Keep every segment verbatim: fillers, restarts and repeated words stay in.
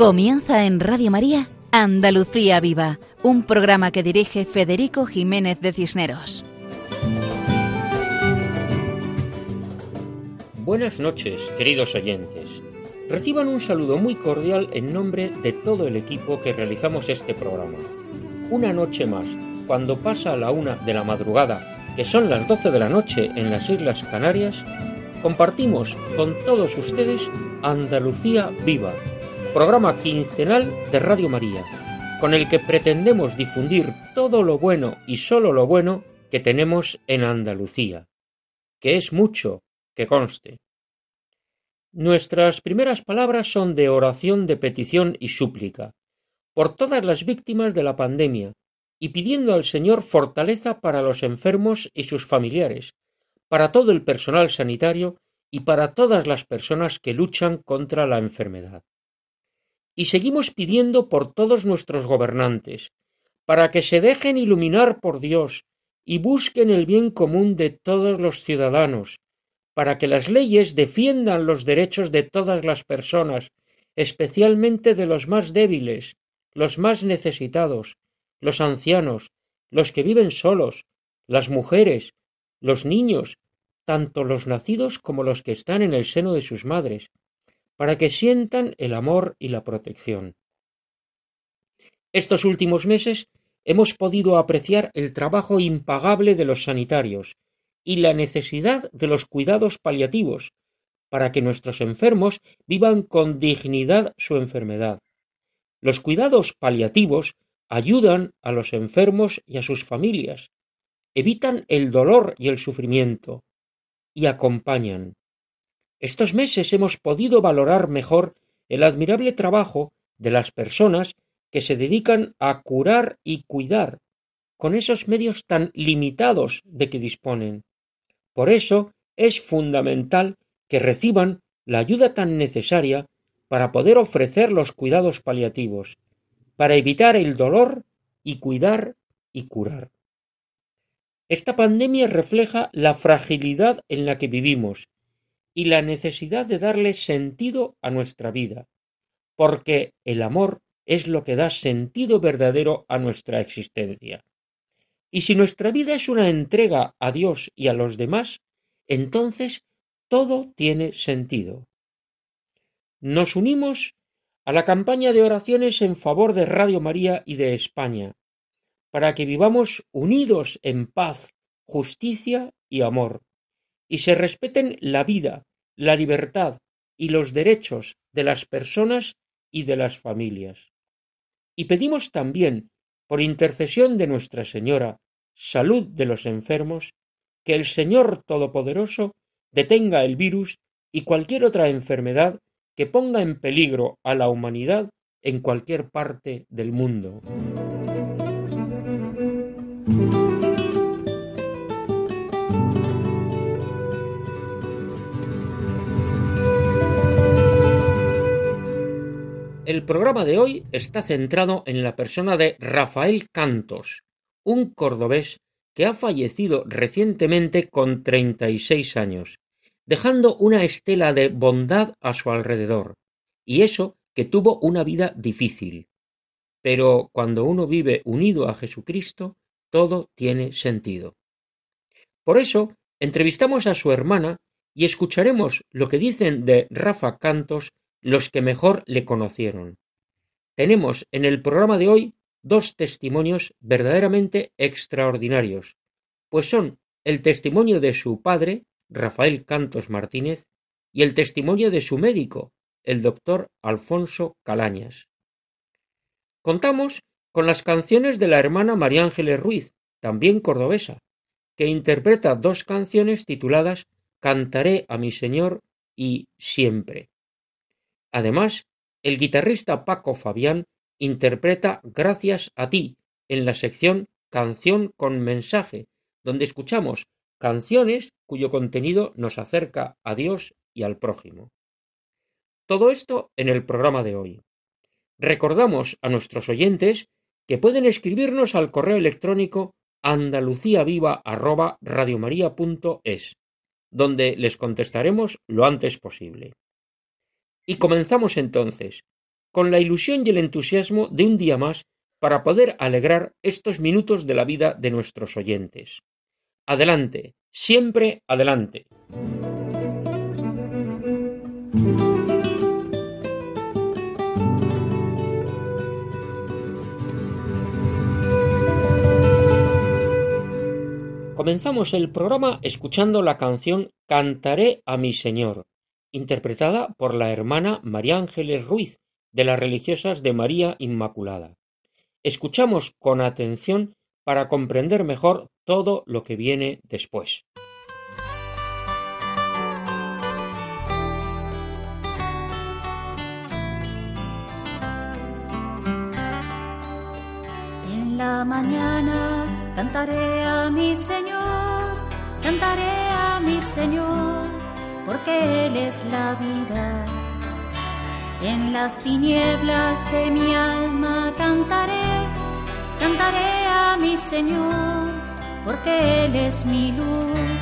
Comienza en Radio María Andalucía Viva, un programa que dirige Federico Jiménez de Cisneros. Buenas noches, queridos oyentes. Reciban un saludo muy cordial en nombre de todo el equipo que realizamos este programa. Una noche más, cuando pasa la una de la madrugada, que son las doce de la noche en las Islas Canarias, compartimos con todos ustedes Andalucía Viva, programa quincenal de Radio María, con el que pretendemos difundir todo lo bueno y solo lo bueno que tenemos en Andalucía, que es mucho, que conste. Nuestras primeras palabras son de oración, de petición y súplica, por todas las víctimas de la pandemia, y pidiendo al Señor fortaleza para los enfermos y sus familiares, para todo el personal sanitario y para todas las personas que luchan contra la enfermedad. Y seguimos pidiendo por todos nuestros gobernantes, para que se dejen iluminar por Dios y busquen el bien común de todos los ciudadanos, para que las leyes defiendan los derechos de todas las personas, especialmente de los más débiles, los más necesitados, los ancianos, los que viven solos, las mujeres, los niños, tanto los nacidos como los que están en el seno de sus madres, para que sientan el amor y la protección. Estos últimos meses hemos podido apreciar el trabajo impagable de los sanitarios y la necesidad de los cuidados paliativos, para que nuestros enfermos vivan con dignidad su enfermedad. Los cuidados paliativos ayudan a los enfermos y a sus familias, evitan el dolor y el sufrimiento, y acompañan. Estos meses hemos podido valorar mejor el admirable trabajo de las personas que se dedican a curar y cuidar, con esos medios tan limitados de que disponen. Por eso es fundamental que reciban la ayuda tan necesaria para poder ofrecer los cuidados paliativos, para evitar el dolor y cuidar y curar. Esta pandemia refleja la fragilidad en la que vivimos y la necesidad de darle sentido a nuestra vida, porque el amor es lo que da sentido verdadero a nuestra existencia. Y si nuestra vida es una entrega a Dios y a los demás, entonces todo tiene sentido. Nos unimos a la campaña de oraciones en favor de Radio María y de España, para que vivamos unidos en paz, justicia y amor, y se respeten la vida, la libertad y los derechos de las personas y de las familias. Y pedimos también, por intercesión de Nuestra Señora, salud de los enfermos, que el Señor Todopoderoso detenga el virus y cualquier otra enfermedad que ponga en peligro a la humanidad en cualquier parte del mundo. El programa de hoy está centrado en la persona de Rafael Cantos, un cordobés que ha fallecido recientemente con treinta y seis años, dejando una estela de bondad a su alrededor, y eso que tuvo una vida difícil. Pero cuando uno vive unido a Jesucristo, todo tiene sentido. Por eso, entrevistamos a su hermana y escucharemos lo que dicen de Rafa Cantos los que mejor le conocieron. Tenemos en el programa de hoy dos testimonios verdaderamente extraordinarios, pues son el testimonio de su padre, Rafael Cantos Martínez, y el testimonio de su médico, el doctor Alfonso Calañas. Contamos con las canciones de la hermana María Ángeles Ruiz, también cordobesa, que interpreta dos canciones tituladas Cantaré a mi Señor y Siempre. Además, el guitarrista Paco Fabián interpreta Gracias a ti en la sección Canción con mensaje, donde escuchamos canciones cuyo contenido nos acerca a Dios y al prójimo. Todo esto en el programa de hoy. Recordamos a nuestros oyentes que pueden escribirnos al correo electrónico andaluciaviva arroba radiomaria punto es, donde les contestaremos lo antes posible. Y comenzamos entonces, con la ilusión y el entusiasmo de un día más para poder alegrar estos minutos de la vida de nuestros oyentes. Adelante, siempre adelante. Comenzamos el programa escuchando la canción Cantaré a mi Señor, interpretada por la hermana María Ángeles Ruiz, de las religiosas de María Inmaculada. Escuchamos con atención para comprender mejor todo lo que viene después. En la mañana cantaré a mi Señor, cantaré a mi Señor, porque Él es la vida. En las tinieblas de mi alma cantaré, cantaré a mi Señor, porque Él es mi luz.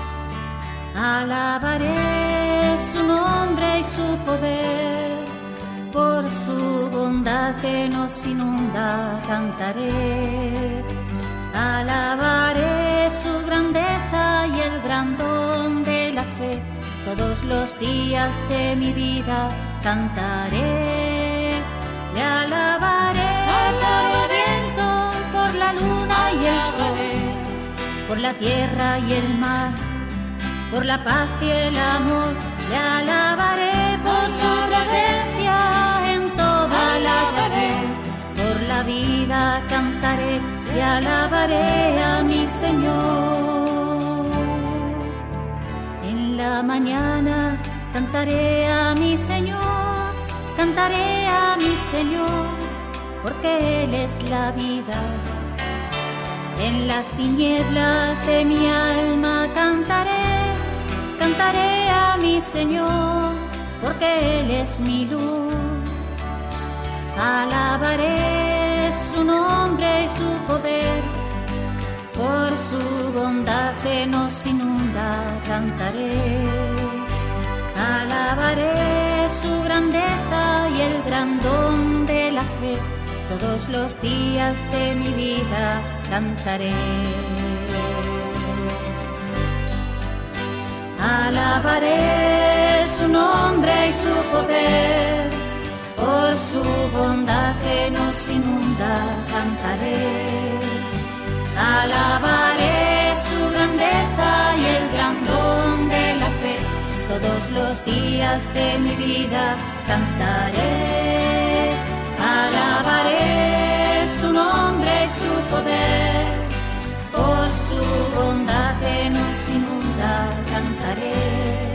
Alabaré su nombre y su poder, por su bondad que nos inunda cantaré. Alabaré su grandeza y el gran don de la fe, todos los días de mi vida cantaré. Le alabaré por el viento, por la luna y el sol, por la tierra y el mar, por la paz y el amor. Le alabaré por su presencia en toda la creación, por la vida cantaré y alabaré a mi Señor. En la mañana cantaré a mi Señor, cantaré a mi Señor, porque Él es la vida. En las tinieblas de mi alma cantaré, cantaré a mi Señor, porque Él es mi luz. Alabaré su nombre y su poder, por su bondad que nos inunda cantaré. Alabaré su grandeza y el gran don de la fe, todos los días de mi vida cantaré. Alabaré su nombre y su poder, por su bondad que nos inunda cantaré. Alabaré su grandeza y el gran don de la fe, todos los días de mi vida cantaré. Alabaré su nombre y su poder, por su bondad que nos inunda cantaré.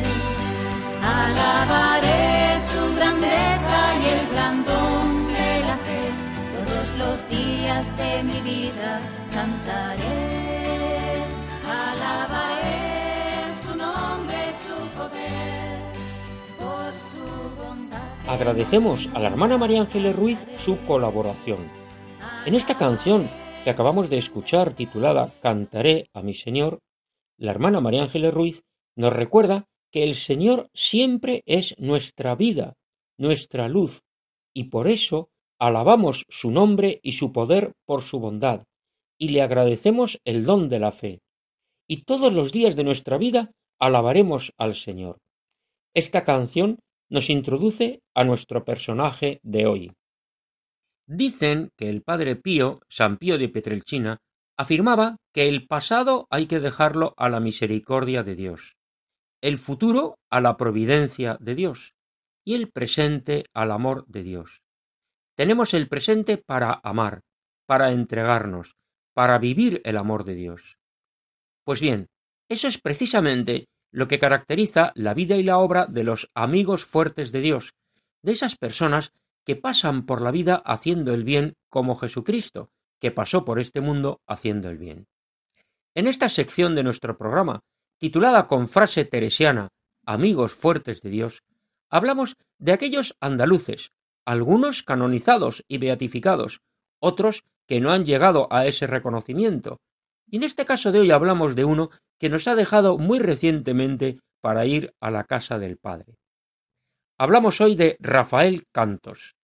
Alabaré su grandeza y el gran don de la fe, todos los días de mi vida cantaré. Alabaré su nombre y su poder, por su bondad. Agradecemos a la hermana María Ángeles Ruiz su colaboración. En esta canción que acabamos de escuchar, titulada Cantaré a mi Señor, la hermana María Ángeles Ruiz nos recuerda que el Señor siempre es nuestra vida, nuestra luz, y por eso alabamos su nombre y su poder por su bondad, y le agradecemos el don de la fe. Y todos los días de nuestra vida alabaremos al Señor. Esta canción nos introduce a nuestro personaje de hoy. Dicen que el padre Pío, San Pío de Pietrelcina, afirmaba que el pasado hay que dejarlo a la misericordia de Dios, el futuro a la providencia de Dios y el presente al amor de Dios. Tenemos el presente para amar, para entregarnos, para vivir el amor de Dios. Pues bien, eso es precisamente lo que caracteriza la vida y la obra de los amigos fuertes de Dios, de esas personas que pasan por la vida haciendo el bien como Jesucristo, que pasó por este mundo haciendo el bien. En esta sección de nuestro programa, titulada con frase teresiana Amigos fuertes de Dios, hablamos de aquellos andaluces, algunos canonizados y beatificados, otros que no han llegado a ese reconocimiento. Y en este caso de hoy hablamos de uno que nos ha dejado muy recientemente para ir a la casa del Padre. Hablamos hoy de Rafael Cantos.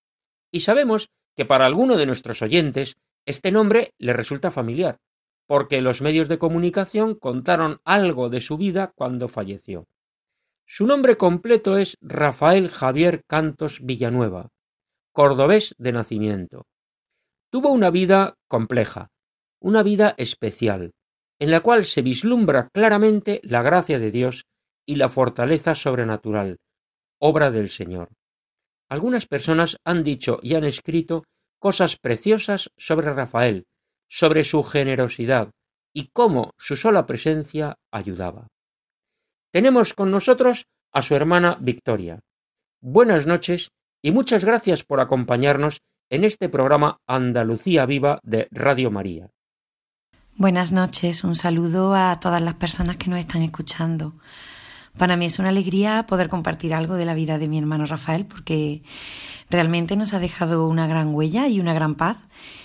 Y sabemos que para alguno de nuestros oyentes este nombre le resulta familiar, porque los medios de comunicación contaron algo de su vida cuando falleció. Su nombre completo es Rafael Javier Cantos Villanueva, cordobés de nacimiento. Tuvo una vida compleja, una vida especial, en la cual se vislumbra claramente la gracia de Dios y la fortaleza sobrenatural, obra del Señor. Algunas personas han dicho y han escrito cosas preciosas sobre Rafael, sobre su generosidad y cómo su sola presencia ayudaba. Tenemos con nosotros a su hermana Victoria. Buenas noches y muchas gracias por acompañarnos en este programa Andalucía Viva de Radio María. Buenas noches, un saludo a todas las personas que nos están escuchando. Para mí es una alegría poder compartir algo de la vida de mi hermano Rafael, porque realmente nos ha dejado una gran huella y una gran paz,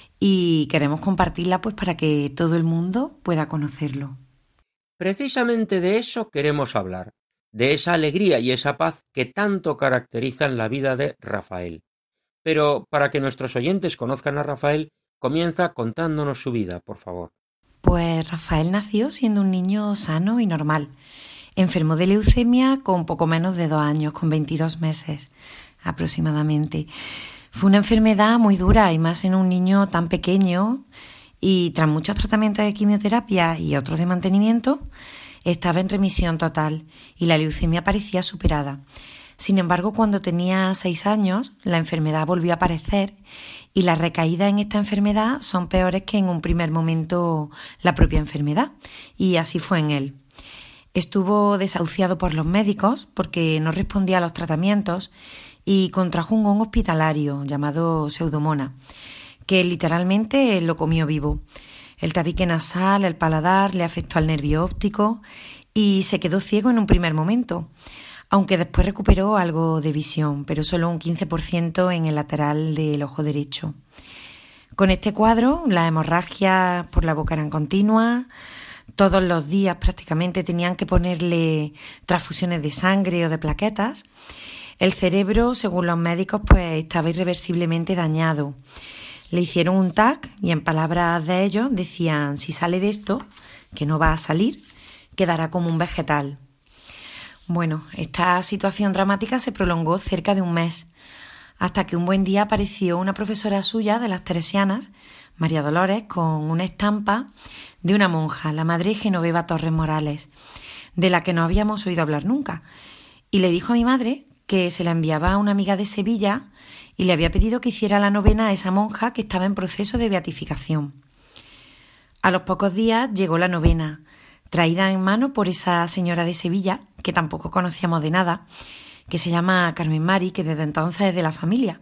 y queremos compartirla pues para que todo el mundo pueda conocerlo. Precisamente de eso queremos hablar, de esa alegría y esa paz que tanto caracterizan la vida de Rafael. Pero para que nuestros oyentes conozcan a Rafael, comienza contándonos su vida, por favor. Pues Rafael nació siendo un niño sano y normal. Enfermó de leucemia con poco menos de dos años, con veintidós meses aproximadamente. Fue una enfermedad muy dura y más en un niño tan pequeño, y tras muchos tratamientos de quimioterapia y otros de mantenimiento, estaba en remisión total y la leucemia parecía superada. Sin embargo, cuando tenía seis años, la enfermedad volvió a aparecer y las recaídas en esta enfermedad son peores que en un primer momento la propia enfermedad, y así fue en él. Estuvo desahuciado por los médicos porque no respondía a los tratamientos y contrajo un hongo hospitalario llamado Pseudomonas, que literalmente lo comió vivo. El tabique nasal, el paladar, le afectó al nervio óptico y se quedó ciego en un primer momento, aunque después recuperó algo de visión, pero solo un quince por ciento en el lateral del ojo derecho. Con este cuadro, las hemorragias por la boca eran continuas. Todos los días prácticamente tenían que ponerle transfusiones de sangre o de plaquetas. El cerebro, según los médicos, pues estaba irreversiblemente dañado. Le hicieron un T A C y en palabras de ellos decían: si sale de esto, que no va a salir, quedará como un vegetal. Bueno, esta situación dramática se prolongó cerca de un mes, hasta que un buen día apareció una profesora suya de las Teresianas, María Dolores, con una estampa de una monja, la madre Genoveva Torres Morales, de la que no habíamos oído hablar nunca, y le dijo a mi madre que se la enviaba a una amiga de Sevilla y le había pedido que hiciera la novena a esa monja que estaba en proceso de beatificación. A los pocos días llegó la novena, traída en mano por esa señora de Sevilla, que tampoco conocíamos de nada, que se llama Carmen Mari, que desde entonces es de la familia.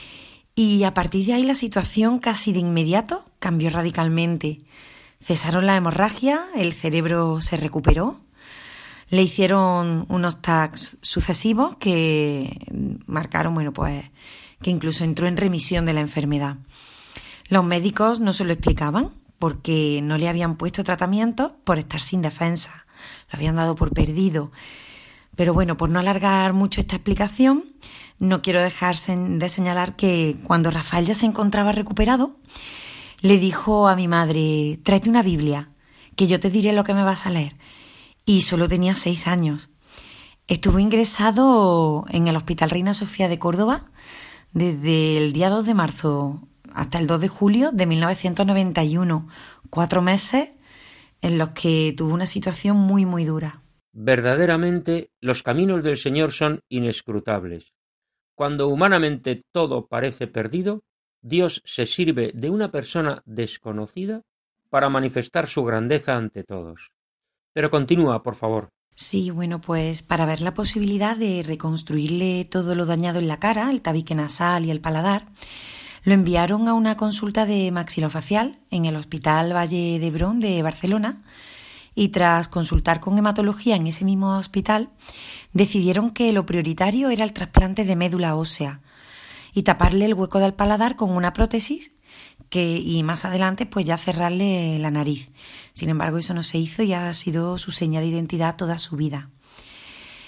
Y a partir de ahí la situación casi de inmediato cambió radicalmente. Cesaron la hemorragia, el cerebro se recuperó, le hicieron unos T A Cs sucesivos que marcaron, bueno, pues que incluso entró en remisión de la enfermedad. Los médicos no se lo explicaban porque no le habían puesto tratamientos por estar sin defensa, lo habían dado por perdido. Pero bueno, por no alargar mucho esta explicación, no quiero dejar de señalar que cuando Rafael ya se encontraba recuperado, le dijo a mi madre: tráete una Biblia, que yo te diré lo que me vas a leer. Y solo tenía seis años. Estuvo ingresado en el Hospital Reina Sofía de Córdoba desde el día dos de marzo hasta el dos de julio de mil novecientos noventa y uno, cuatro meses en los que tuvo una situación muy muy dura. Verdaderamente, los caminos del Señor son inescrutables. Cuando humanamente todo parece perdido, Dios se sirve de una persona desconocida para manifestar su grandeza ante todos. Pero continúa, por favor. Sí, bueno, pues para ver la posibilidad de reconstruirle todo lo dañado en la cara, el tabique nasal y el paladar, lo enviaron a una consulta de maxilofacial en el Hospital Valle d'Hebron de Barcelona, y tras consultar con hematología en ese mismo hospital, decidieron que lo prioritario era el trasplante de médula ósea y taparle el hueco del paladar con una prótesis que, y más adelante pues ya cerrarle la nariz. Sin embargo, eso no se hizo y ha sido su seña de identidad toda su vida.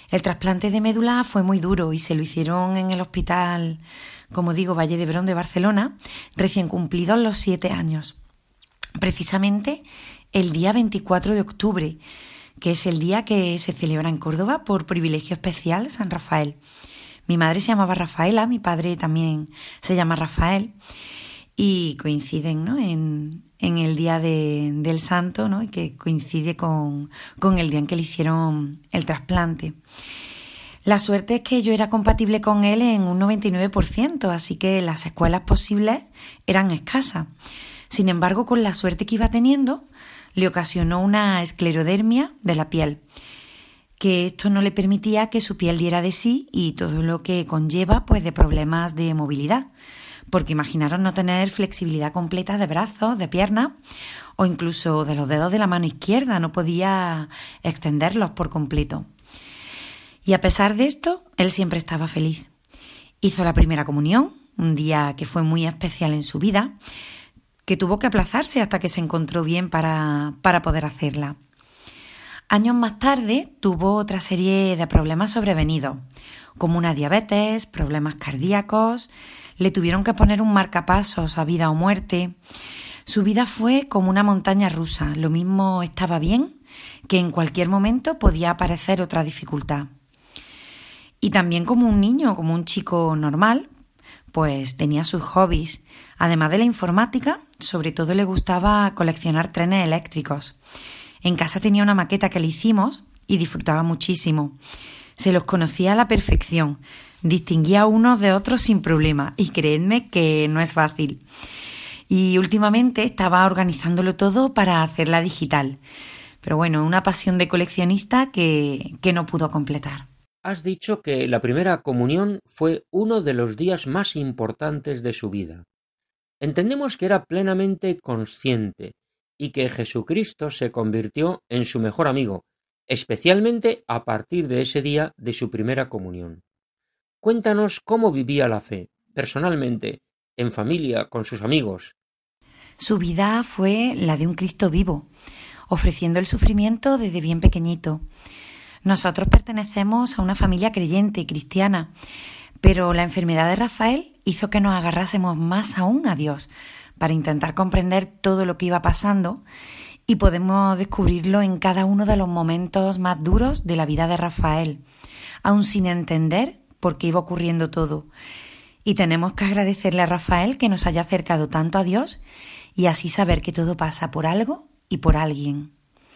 El trasplante de médula fue muy duro y se lo hicieron en el hospital, como digo, Valle d'Hebron de Barcelona, recién cumplidos los siete años. Precisamente el día veinticuatro de octubre, que es el día que se celebra en Córdoba por privilegio especial San Rafael. Mi madre se llamaba Rafaela, mi padre también se llama Rafael y coinciden, ¿no?, en, en el día de, del santo, ¿no?, y que coincide con, con el día en que le hicieron el trasplante. La suerte es que yo era compatible con él en un noventa y nueve por ciento, así que las secuelas posibles eran escasas. Sin embargo, con la suerte que iba teniendo, le ocasionó una esclerodermia de la piel, que esto no le permitía que su piel diera de sí y todo lo que conlleva pues de problemas de movilidad, porque imaginaros no tener flexibilidad completa de brazos, de piernas o incluso de los dedos de la mano izquierda, no podía extenderlos por completo. Y a pesar de esto, él siempre estaba feliz. Hizo la primera comunión, un día que fue muy especial en su vida, que tuvo que aplazarse hasta que se encontró bien para, para poder hacerla. Años más tarde tuvo otra serie de problemas sobrevenidos, como una diabetes, problemas cardíacos, le tuvieron que poner un marcapasos a vida o muerte. Su vida fue como una montaña rusa, lo mismo estaba bien que en cualquier momento podía aparecer otra dificultad. Y también como un niño, como un chico normal, pues tenía sus hobbies. Además de la informática, sobre todo le gustaba coleccionar trenes eléctricos. En casa tenía una maqueta que le hicimos y disfrutaba muchísimo. Se los conocía a la perfección, distinguía unos de otros sin problema y creedme que no es fácil. Y últimamente estaba organizándolo todo para hacerla digital. Pero bueno, una pasión de coleccionista que, que no pudo completar. Has dicho que la primera comunión fue uno de los días más importantes de su vida. Entendemos que era plenamente consciente y que Jesucristo se convirtió en su mejor amigo, especialmente a partir de ese día de su primera comunión. Cuéntanos cómo vivía la fe, personalmente, en familia, con sus amigos. Su vida fue la de un Cristo vivo, ofreciendo el sufrimiento desde bien pequeñito. Nosotros pertenecemos a una familia creyente y cristiana, pero la enfermedad de Rafael hizo que nos agarrásemos más aún a Dios para intentar comprender todo lo que iba pasando y podemos descubrirlo en cada uno de los momentos más duros de la vida de Rafael, aún sin entender por qué iba ocurriendo todo. Y tenemos que agradecerle a Rafael que nos haya acercado tanto a Dios y así saber que todo pasa por algo y por alguien.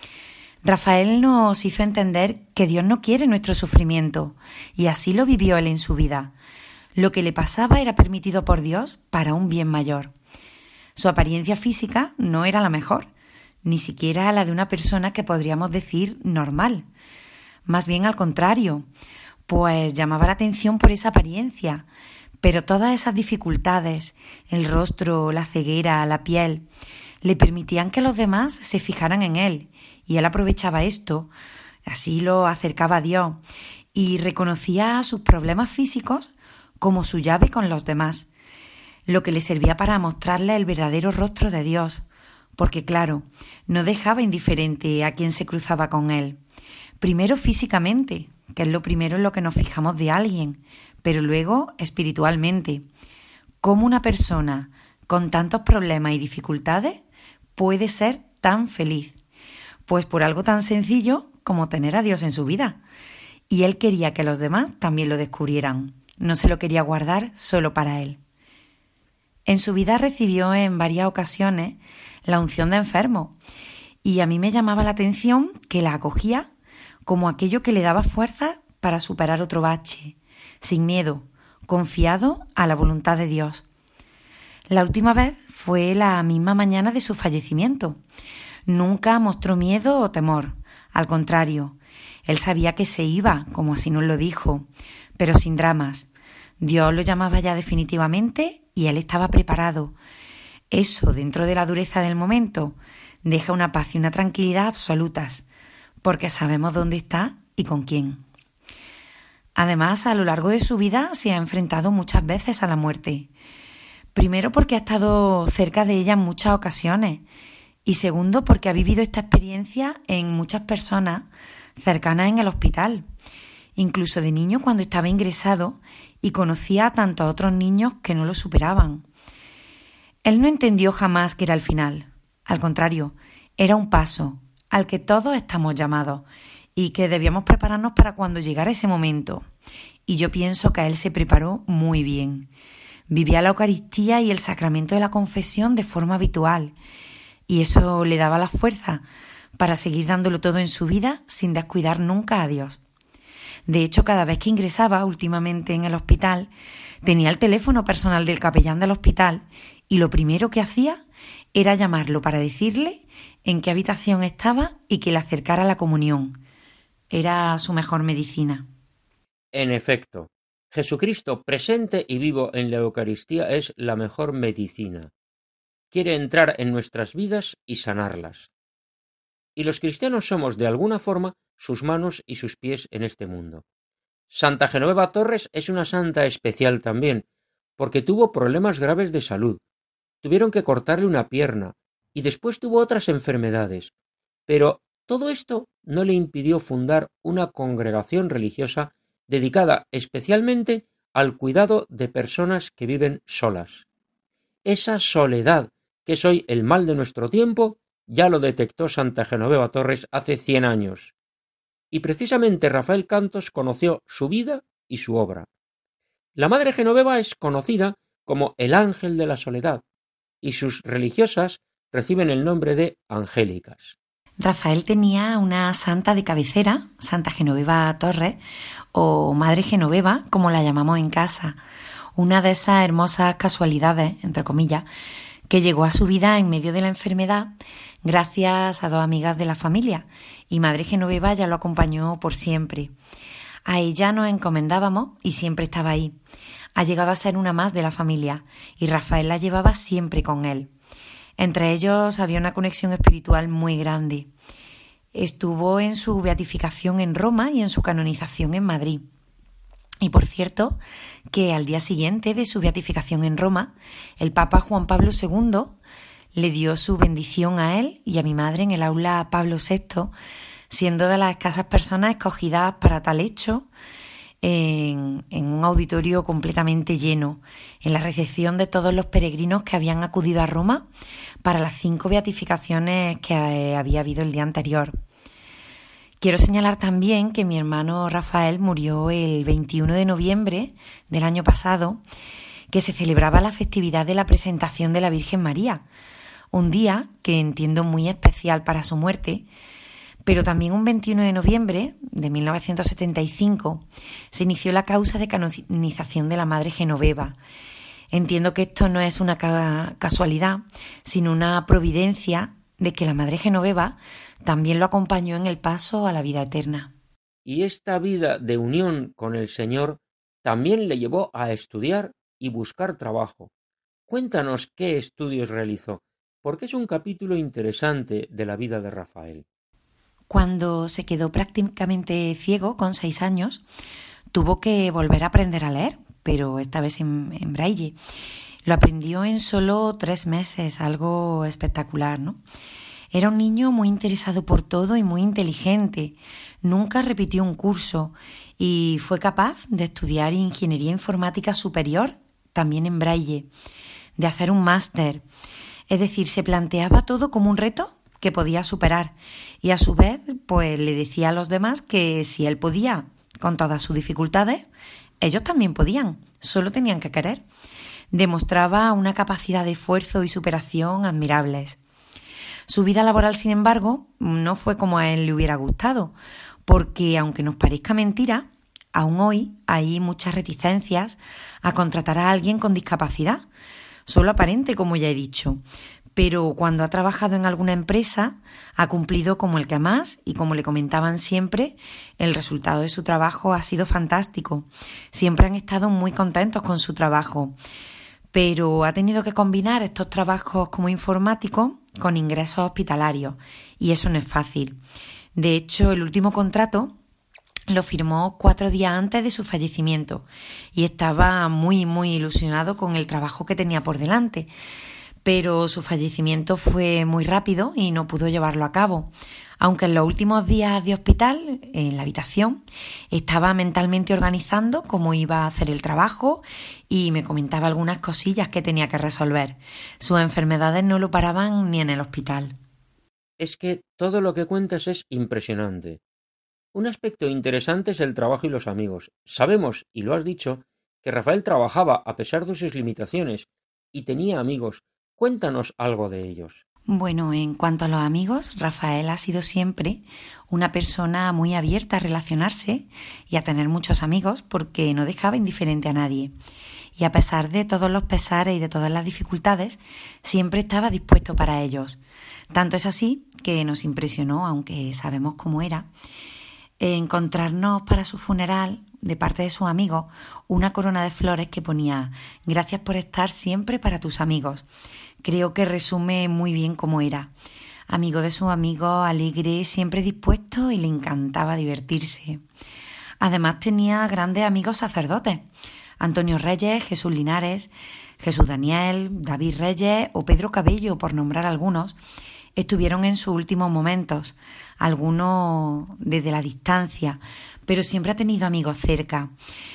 Rafael nos hizo entender que Dios no quiere nuestro sufrimiento y así lo vivió él en su vida. Lo que le pasaba era permitido por Dios para un bien mayor. Su apariencia física no era la mejor, ni siquiera la de una persona que podríamos decir normal. Más bien al contrario, pues llamaba la atención por esa apariencia, pero todas esas dificultades, el rostro, la ceguera, la piel, le permitían que los demás se fijaran en él, y él aprovechaba esto, así lo acercaba a Dios, y reconocía sus problemas físicos como su llave con los demás, lo que le servía para mostrarle el verdadero rostro de Dios, porque claro, no dejaba indiferente a quien se cruzaba con él. Primero físicamente, que es lo primero en lo que nos fijamos de alguien, pero luego espiritualmente. ¿Cómo una persona con tantos problemas y dificultades puede ser tan feliz? Pues por algo tan sencillo como tener a Dios en su vida. Y él quería que los demás también lo descubrieran. No se lo quería guardar solo para él. En su vida recibió en varias ocasiones la unción de enfermo y a mí me llamaba la atención que la acogía como aquello que le daba fuerza para superar otro bache, sin miedo, confiado a la voluntad de Dios. La última vez fue la misma mañana de su fallecimiento. Nunca mostró miedo o temor, al contrario, él sabía que se iba, como así nos lo dijo, pero sin dramas. Dios lo llamaba ya definitivamente y él estaba preparado. Eso, dentro de la dureza del momento, deja una paz y una tranquilidad absolutas, porque sabemos dónde está y con quién. Además, a lo largo de su vida se ha enfrentado muchas veces a la muerte. Primero porque ha estado cerca de ella en muchas ocasiones y segundo porque ha vivido esta experiencia en muchas personas cercanas en el hospital. incluso de niño cuando estaba ingresado, y conocía a tantos otros niños que no lo superaban. Él no entendió jamás que era el final. Al contrario, era un paso al que todos estamos llamados y que debíamos prepararnos para cuando llegara ese momento. Y yo pienso que él se preparó muy bien. Vivía la Eucaristía y el sacramento de la confesión de forma habitual, y eso le daba la fuerza para seguir dándolo todo en su vida sin descuidar nunca a Dios. De hecho, cada vez que ingresaba últimamente en el hospital, tenía el teléfono personal del capellán del hospital y lo primero que hacía era llamarlo para decirle en qué habitación estaba y que le acercara la comunión. Era su mejor medicina. En efecto, Jesucristo presente y vivo en la Eucaristía es la mejor medicina. Quiere entrar en nuestras vidas y sanarlas. Y los cristianos somos, de alguna forma, sus manos y sus pies en este mundo. Santa Genoveva Torres es una santa especial también, porque tuvo problemas graves de salud. Tuvieron que cortarle una pierna, y después tuvo otras enfermedades. Pero todo esto no le impidió fundar una congregación religiosa dedicada especialmente al cuidado de personas que viven solas. Esa soledad, que es hoy el mal de nuestro tiempo, ya lo detectó Santa Genoveva Torres hace cien años. Y precisamente Rafael Cantos conoció su vida y su obra. La Madre Genoveva es conocida como el ángel de la soledad, y sus religiosas reciben el nombre de angélicas. Rafael tenía una santa de cabecera, Santa Genoveva Torres, o Madre Genoveva, como la llamamos en casa, una de esas hermosas casualidades, entre comillas, que llegó a su vida en medio de la enfermedad gracias a dos amigas de la familia, y Madre Genoveva ya lo acompañó por siempre. A ella nos encomendábamos y siempre estaba ahí. Ha llegado a ser una más de la familia, y Rafael la llevaba siempre con él. Entre ellos había una conexión espiritual muy grande. Estuvo en su beatificación en Roma y en su canonización en Madrid. Y por cierto, que al día siguiente de su beatificación en Roma, el Papa Juan Pablo segundo le dio su bendición a él y a mi madre en el aula Pablo sexto, siendo de las escasas personas escogidas para tal hecho, en, en un auditorio completamente lleno, en la recepción de todos los peregrinos que habían acudido a Roma para las cinco beatificaciones que eh, había habido el día anterior. Quiero señalar también que mi hermano Rafael murió el veintiuno de noviembre del año pasado, que se celebraba la festividad de la presentación de la Virgen María, un día que entiendo muy especial para su muerte, pero también un veintiuno de noviembre de mil novecientos setenta y cinco se inició la causa de canonización de la Madre Genoveva. Entiendo que esto no es una ca- casualidad, sino una providencia de que la Madre Genoveva también lo acompañó en el paso a la vida eterna. Y esta vida de unión con el Señor también le llevó a estudiar y buscar trabajo. Cuéntanos qué estudios realizó, porque es un capítulo interesante de la vida de Rafael. Cuando se quedó prácticamente ciego, con seis años, tuvo que volver a aprender a leer, pero esta vez en, en braille. Lo aprendió en solo tres meses, algo espectacular, ¿no? Era un niño muy interesado por todo y muy inteligente. Nunca repitió un curso y fue capaz de estudiar ingeniería informática superior, también en braille, de hacer un máster. Es decir, se planteaba todo como un reto que podía superar y a su vez pues le decía a los demás que si él podía con todas sus dificultades, ellos también podían, solo tenían que querer. Demostraba una capacidad de esfuerzo y superación admirables. Su vida laboral, sin embargo, no fue como a él le hubiera gustado, porque aunque nos parezca mentira, aún hoy hay muchas reticencias a contratar a alguien con discapacidad, solo aparente, como ya he dicho, pero cuando ha trabajado en alguna empresa ha cumplido como el que más y como le comentaban siempre, el resultado de su trabajo ha sido fantástico. Siempre han estado muy contentos con su trabajo, pero ha tenido que combinar estos trabajos como informático con ingresos hospitalarios y eso no es fácil. De hecho, el último contrato lo firmó cuatro días antes de su fallecimiento y estaba muy, muy ilusionado con el trabajo que tenía por delante. Pero su fallecimiento fue muy rápido y no pudo llevarlo a cabo. Aunque en los últimos días de hospital, en la habitación, estaba mentalmente organizando cómo iba a hacer el trabajo y me comentaba algunas cosillas que tenía que resolver. Sus enfermedades no lo paraban ni en el hospital. Es que todo lo que cuentas es impresionante. Un aspecto interesante es el trabajo y los amigos. Sabemos, y lo has dicho, que Rafael trabajaba a pesar de sus limitaciones y tenía amigos. Cuéntanos algo de ellos. Bueno, en cuanto a los amigos, Rafael ha sido siempre una persona muy abierta a relacionarse y a tener muchos amigos porque no dejaba indiferente a nadie. Y a pesar de todos los pesares y de todas las dificultades, siempre estaba dispuesto para ellos. Tanto es así que nos impresionó, aunque sabemos cómo era, encontrarnos para su funeral, de parte de sus amigos, una corona de flores que ponía «Gracias por estar siempre para tus amigos». Creo que resume muy bien cómo era. Amigo de sus amigos, alegre, siempre dispuesto y le encantaba divertirse. Además tenía grandes amigos sacerdotes. Antonio Reyes, Jesús Linares, Jesús Daniel, David Reyes o Pedro Cabello, por nombrar algunos, estuvieron en sus últimos momentos, algunos desde la distancia, pero siempre ha tenido amigos cerca,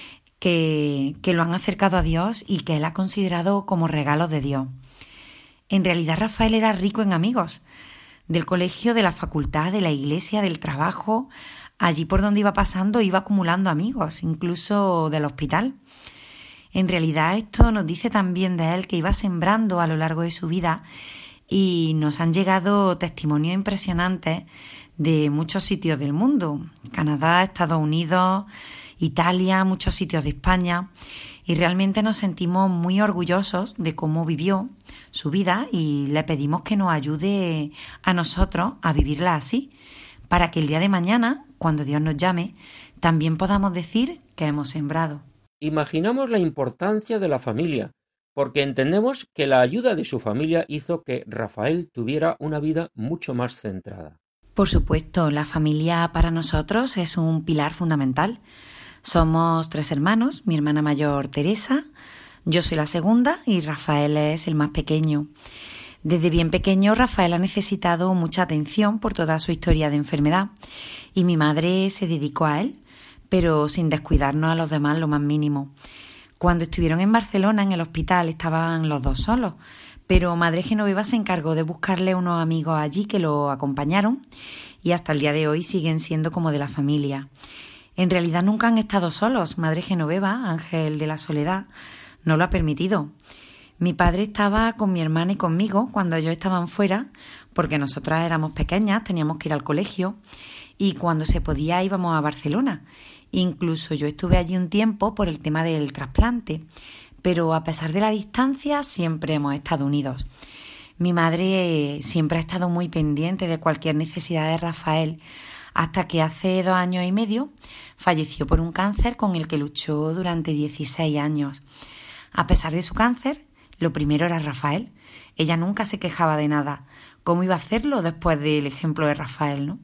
que, que lo han acercado a Dios y que él ha considerado como regalos de Dios. En realidad Rafael era rico en amigos, del colegio, de la facultad, de la iglesia, del trabajo. Allí por donde iba pasando iba acumulando amigos, incluso del hospital. En realidad esto nos dice también de él que iba sembrando a lo largo de su vida y nos han llegado testimonios impresionantes de muchos sitios del mundo, Canadá, Estados Unidos, Italia, muchos sitios de España, y realmente nos sentimos muy orgullosos de cómo vivió su vida y le pedimos que nos ayude a nosotros a vivirla así, para que el día de mañana, cuando Dios nos llame, también podamos decir que hemos sembrado. Imaginamos la importancia de la familia, porque entendemos que la ayuda de su familia hizo que Rafael tuviera una vida mucho más centrada. Por supuesto, la familia para nosotros es un pilar fundamental. Somos tres hermanos, mi hermana mayor Teresa, yo soy la segunda y Rafael es el más pequeño. Desde bien pequeño Rafael ha necesitado mucha atención por toda su historia de enfermedad y mi madre se dedicó a él, pero sin descuidarnos a los demás lo más mínimo. Cuando estuvieron en Barcelona, en el hospital, estaban los dos solos, pero Madre Genoveva se encargó de buscarle unos amigos allí que lo acompañaron y hasta el día de hoy siguen siendo como de la familia. En realidad nunca han estado solos. Madre Genoveva, ángel de la soledad, no lo ha permitido. Mi padre estaba con mi hermana y conmigo cuando ellos estaban fuera, porque nosotras éramos pequeñas, teníamos que ir al colegio, y cuando se podía íbamos a Barcelona. Incluso yo estuve allí un tiempo por el tema del trasplante, pero a pesar de la distancia siempre hemos estado unidos. Mi madre siempre ha estado muy pendiente de cualquier necesidad de Rafael, hasta que hace dos años y medio falleció por un cáncer con el que luchó durante dieciséis años. A pesar de su cáncer, lo primero era Rafael. Ella nunca se quejaba de nada. ¿Cómo iba a hacerlo después del ejemplo de Rafael, no?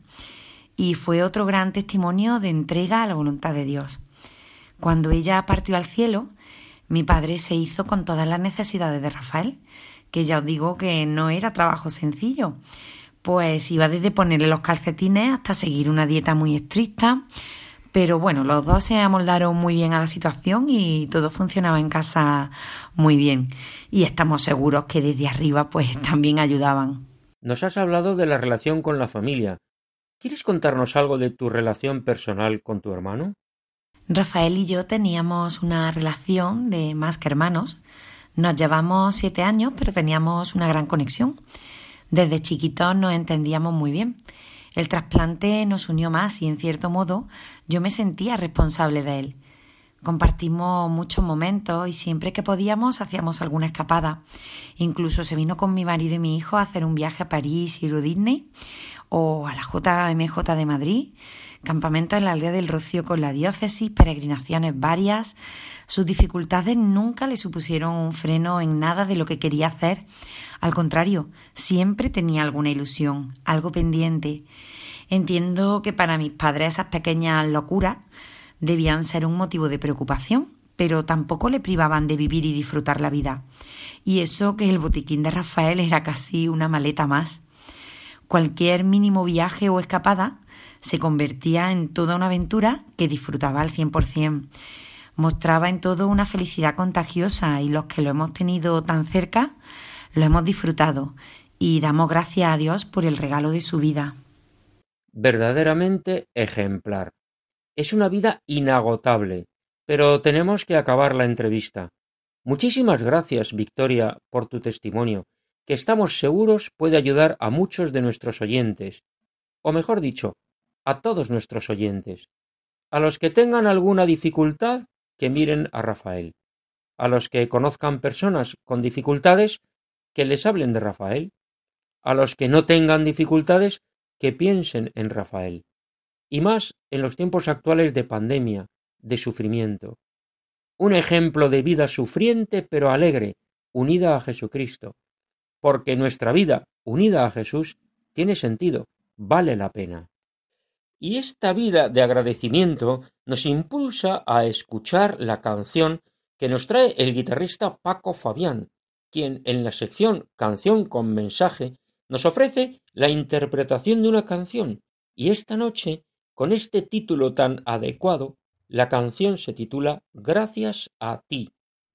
Y fue otro gran testimonio de entrega a la voluntad de Dios. Cuando ella partió al cielo, mi padre se hizo con todas las necesidades de Rafael, que ya os digo que no era trabajo sencillo. Pues iba desde ponerle los calcetines hasta seguir una dieta muy estricta, pero bueno, los dos se amoldaron muy bien a la situación y todo funcionaba en casa muy bien. Y estamos seguros que desde arriba pues también ayudaban. Nos has hablado de la relación con la familia. ¿Quieres contarnos algo de tu relación personal con tu hermano? Rafael y yo teníamos una relación de más que hermanos. Nos llevamos siete años, pero teníamos una gran conexión. Desde chiquitos nos entendíamos muy bien. El trasplante nos unió más y, en cierto modo, yo me sentía responsable de él. Compartimos muchos momentos y siempre que podíamos hacíamos alguna escapada. Incluso se vino con mi marido y mi hijo a hacer un viaje a París y Euro Disney o a la J M J de Madrid, campamentos en la aldea del Rocío con la diócesis, peregrinaciones varias. Sus dificultades nunca le supusieron un freno en nada de lo que quería hacer. Al contrario, siempre tenía alguna ilusión, algo pendiente. Entiendo que para mis padres esas pequeñas locuras debían ser un motivo de preocupación, pero tampoco le privaban de vivir y disfrutar la vida. Y eso que el botiquín de Rafael era casi una maleta más. Cualquier mínimo viaje o escapada se convertía en toda una aventura que disfrutaba al cien por ciento. Mostraba en todo una felicidad contagiosa y los que lo hemos tenido tan cerca lo hemos disfrutado y damos gracias a Dios por el regalo de su vida. Verdaderamente ejemplar. Es una vida inagotable, pero tenemos que acabar la entrevista. Muchísimas gracias, Victoria, por tu testimonio, que estamos seguros puede ayudar a muchos de nuestros oyentes, o mejor dicho, a todos nuestros oyentes. A los que tengan alguna dificultad, que miren a Rafael. A los que conozcan personas con dificultades, que les hablen de Rafael. A los que no tengan dificultades, que piensen en Rafael. Y más en los tiempos actuales de pandemia, de sufrimiento. Un ejemplo de vida sufriente pero alegre, unida a Jesucristo. Porque nuestra vida, unida a Jesús, tiene sentido, vale la pena. Y esta vida de agradecimiento nos impulsa a escuchar la canción que nos trae el guitarrista Paco Fabián, quien en la sección Canción con Mensaje nos ofrece la interpretación de una canción, y esta noche, con este título tan adecuado, la canción se titula Gracias a ti.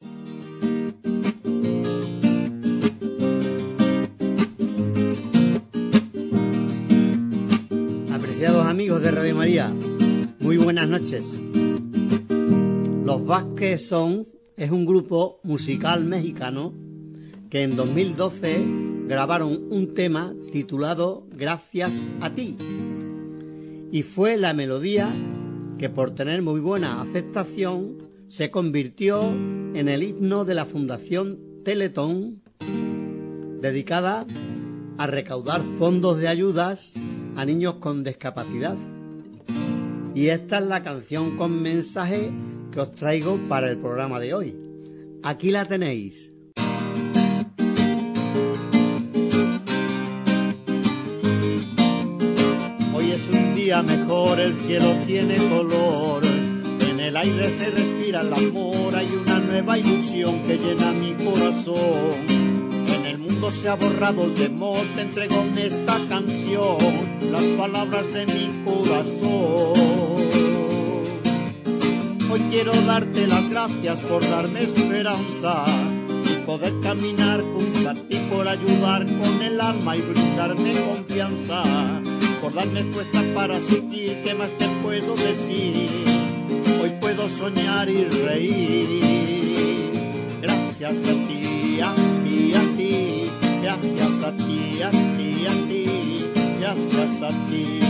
Apreciados amigos de Radio María, muy buenas noches. Los Vázquez Sons es un grupo musical mexicano que en dos mil doce grabaron un tema titulado Gracias a ti, y fue la melodía que, por tener muy buena aceptación, se convirtió en el himno de la Fundación Teletón, dedicada a recaudar fondos de ayudas a niños con discapacidad. Y esta es la canción con mensaje que os traigo para el programa de hoy. Aquí la tenéis. Hoy es un día mejor, el cielo tiene color, en el aire se respira el amor, hay una nueva ilusión que llena mi corazón. Se ha borrado el temor, te entrego en esta canción las palabras de mi corazón. Hoy quiero darte las gracias por darme esperanza y poder caminar junto a ti, por ayudar con el alma y brindarme confianza, por darme fuerza para seguir. ¿Qué más te puedo decir? Hoy puedo soñar y reír. Gracias a ti, a ti, a ti. Gracias a ti, a ti, a ti, gracias a ti.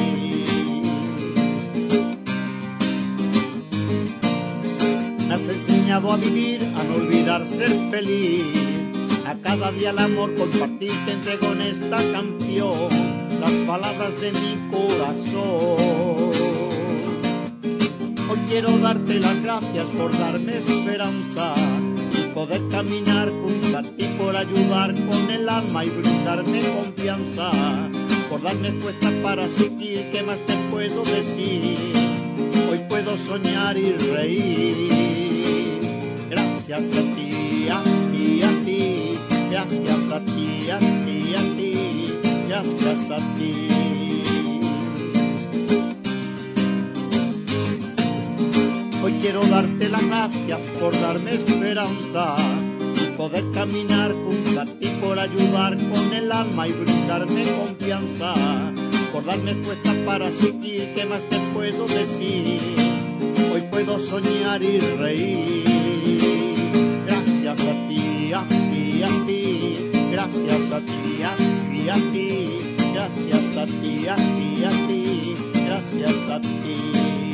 Me has enseñado a vivir, a no olvidar ser feliz. A cada día el amor compartir, te entrego en esta canción las palabras de mi corazón. Hoy quiero darte las gracias por darme esperanza, poder caminar junto a ti, por ayudar con el alma y brindarme confianza, por darme fuerza para seguir. ¿Qué más te puedo decir? Hoy puedo soñar y reír. Gracias a ti, a ti, a ti, gracias a ti, a ti, a ti, gracias a ti. Hoy quiero darte las gracias por darme esperanza y poder caminar junto a ti, por ayudar con el alma y brindarme confianza, por darme fuerza para seguir. ¿Qué más te puedo decir? Hoy puedo soñar y reír. Gracias a ti, a ti, a ti, gracias a ti, a ti, a ti, gracias a ti, a ti, a ti, gracias a ti.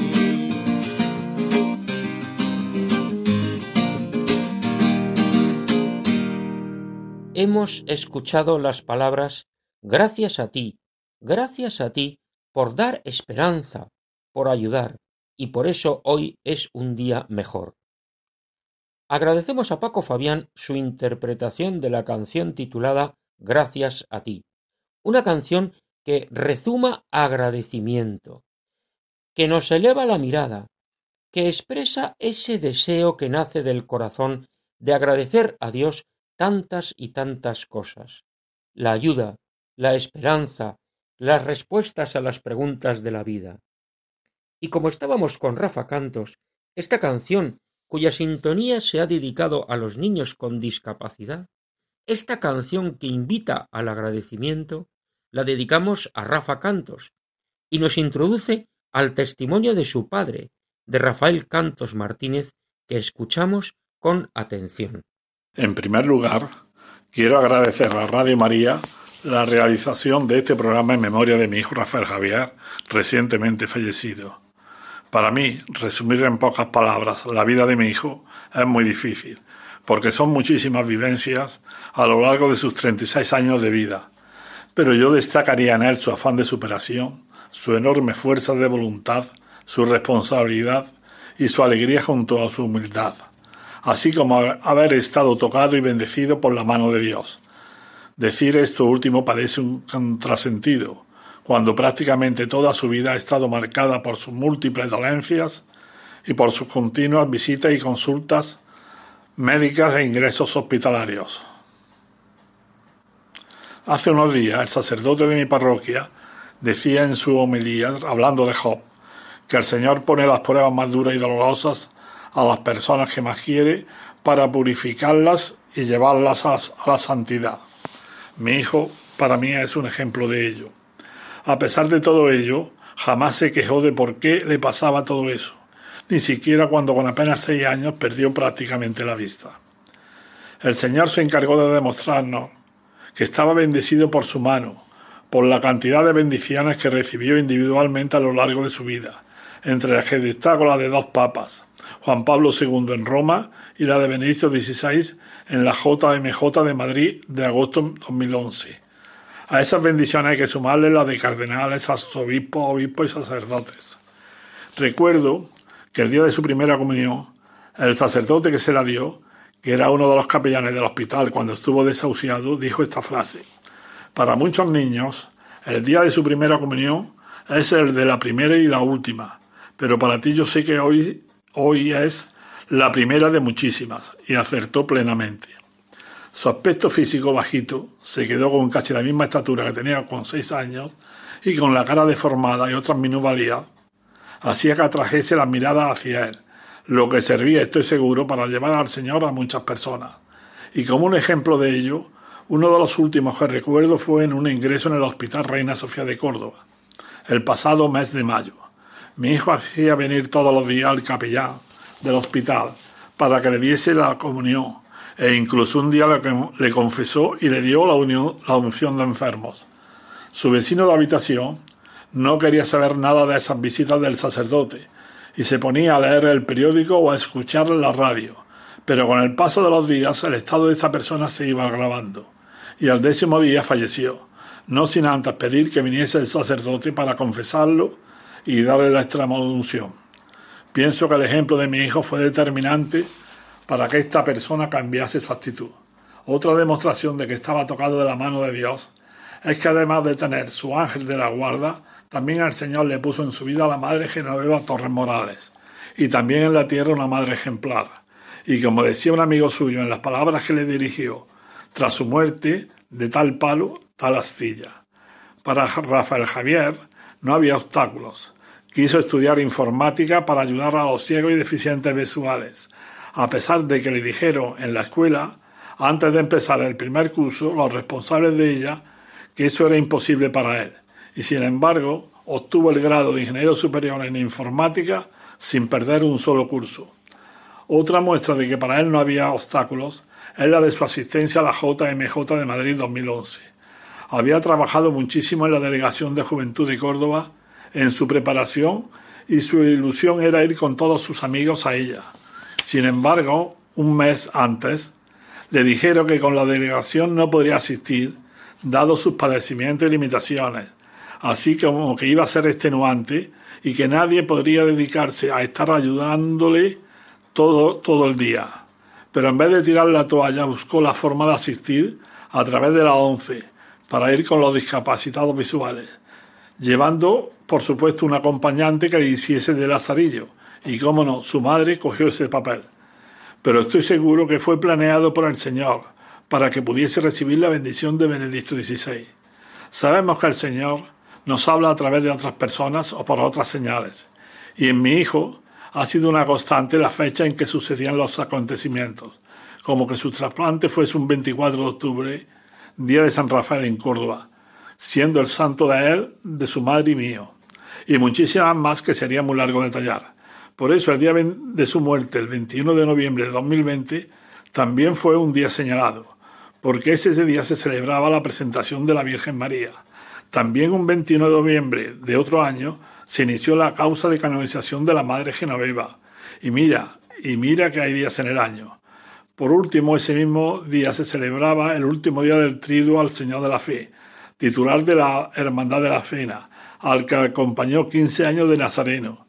Hemos escuchado las palabras gracias a ti, gracias a ti por dar esperanza, por ayudar, y por eso hoy es un día mejor. Agradecemos a Paco Fabián su interpretación de la canción titulada Gracias a ti, una canción que rezuma agradecimiento, que nos eleva la mirada, que expresa ese deseo que nace del corazón de agradecer a Dios tantas y tantas cosas: la ayuda, la esperanza, las respuestas a las preguntas de la vida. Y como estábamos con Rafa Cantos, esta canción, cuya sintonía se ha dedicado a los niños con discapacidad, esta canción que invita al agradecimiento, la dedicamos a Rafa Cantos y nos introduce al testimonio de su padre, de Rafael Cantos Martínez, que escuchamos con atención. En primer lugar, quiero agradecer a Radio María la realización de este programa en memoria de mi hijo Rafael Javier, recientemente fallecido. Para mí, resumir en pocas palabras la vida de mi hijo es muy difícil, porque son muchísimas vivencias a lo largo de sus treinta y seis años de vida. Pero yo destacaría en él su afán de superación, su enorme fuerza de voluntad, su responsabilidad y su alegría junto a su humildad, así como haber estado tocado y bendecido por la mano de Dios. Decir esto último parece un contrasentido, cuando prácticamente toda su vida ha estado marcada por sus múltiples dolencias y por sus continuas visitas y consultas médicas e ingresos hospitalarios. Hace unos días el sacerdote de mi parroquia decía en su homilía, hablando de Job, que el Señor pone las pruebas más duras y dolorosas a las personas que más quiere para purificarlas y llevarlas a, a la santidad. Mi hijo para mí es un ejemplo de ello. A pesar de todo ello, jamás se quejó de por qué le pasaba todo eso, ni siquiera cuando con apenas seis años perdió prácticamente la vista. El Señor se encargó de demostrarnos que estaba bendecido por su mano, por la cantidad de bendiciones que recibió individualmente a lo largo de su vida, entre las que destaco la de dos papas, Juan Pablo segundo en Roma y la de Benedicto dieciséis en la J M J de Madrid de agosto de dos mil once. A esas bendiciones hay que sumarle las de cardenales, arzobispos, obispos y sacerdotes. Recuerdo que el día de su primera comunión, el sacerdote que se la dio, que era uno de los capellanes del hospital cuando estuvo desahuciado, dijo esta frase: para muchos niños, el día de su primera comunión es el de la primera y la última, pero para ti yo sé que hoy, hoy es la primera de muchísimas, y acertó plenamente. Su aspecto físico bajito se quedó con casi la misma estatura que tenía con seis años y con la cara deformada y otras minusvalías, hacía que atrajese las miradas hacia él, lo que servía, estoy seguro, para llevar al Señor a muchas personas. Y como un ejemplo de ello, uno de los últimos que recuerdo fue en un ingreso en el Hospital Reina Sofía de Córdoba, el pasado mes de mayo. Mi hijo hacía venir todos los días al capellán del hospital para que le diese la comunión, e incluso un día le, le confesó y le dio la, unión, la unción de enfermos. Su vecino de habitación no quería saber nada de esas visitas del sacerdote y se ponía a leer el periódico o a escuchar la radio, pero con el paso de los días el estado de esta persona se iba agravando y al décimo día falleció, no sin antes pedir que viniese el sacerdote para confesarlo y darle la extrema unción. Pienso que el ejemplo de mi hijo fue determinante para que esta persona cambiase su actitud. Otra demostración de que estaba tocado de la mano de Dios es que además de tener su ángel de la guarda, también el Señor le puso en su vida a la madre Genoveva Torres Morales, y también en la tierra una madre ejemplar. Y como decía un amigo suyo en las palabras que le dirigió, tras su muerte, de tal palo, tal astilla. Para Rafael Javier no había obstáculos. Quiso estudiar informática para ayudar a los ciegos y deficientes visuales, a pesar de que le dijeron en la escuela, antes de empezar el primer curso, los responsables de ella, que eso era imposible para él. Y sin embargo, obtuvo el grado de ingeniero superior en informática sin perder un solo curso. Otra muestra de que para él no había obstáculos es la de su asistencia a la J M J de Madrid dos mil once. Había trabajado muchísimo en la Delegación de Juventud de Córdoba, en su preparación, y su ilusión era ir con todos sus amigos a ella. Sin embargo, un mes antes, le dijeron que con la delegación no podría asistir, dado sus padecimientos y limitaciones, así como que iba a ser extenuante y que nadie podría dedicarse a estar ayudándole todo, todo el día. Pero en vez de tirar la toalla, buscó la forma de asistir a través de la ONCE para ir con los discapacitados visuales, llevando, por supuesto, un acompañante que le hiciese de lazarillo, y cómo no, su madre cogió ese papel. Pero estoy seguro que fue planeado por el Señor para que pudiese recibir la bendición de Benedicto dieciséis. Sabemos que el Señor nos habla a través de otras personas o por otras señales. Y en mi hijo ha sido una constante la fecha en que sucedían los acontecimientos, como que su trasplante fuese un veinticuatro de octubre, día de San Rafael en Córdoba, siendo el santo de él, de su madre y mío, y muchísimas más que sería muy largo detallar. Por eso el día de su muerte, el veintiuno de noviembre de dos mil veinte, también fue un día señalado, porque ese día se celebraba la presentación de la Virgen María. También un veintiuno de noviembre de otro año se inició la causa de canonización de la Madre Genoveva. Y mira, y mira que hay días en el año. Por último, ese mismo día se celebraba el último día del Triduo al Señor de la Fe, titular de la Hermandad de la Cena, al que acompañó quince años de nazareno.